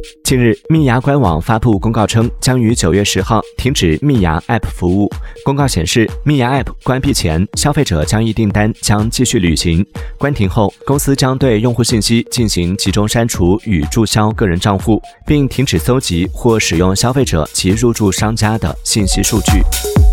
近日，蜜芽官网发布公告称，将于9月10号停止蜜芽 App 服务。公告显示，蜜芽 App 关闭前，消费者交易订单将继续履行；关停后，公司将对用户信息进行集中删除与注销个人账户，并停止搜集或使用消费者及入驻商家的信息数据。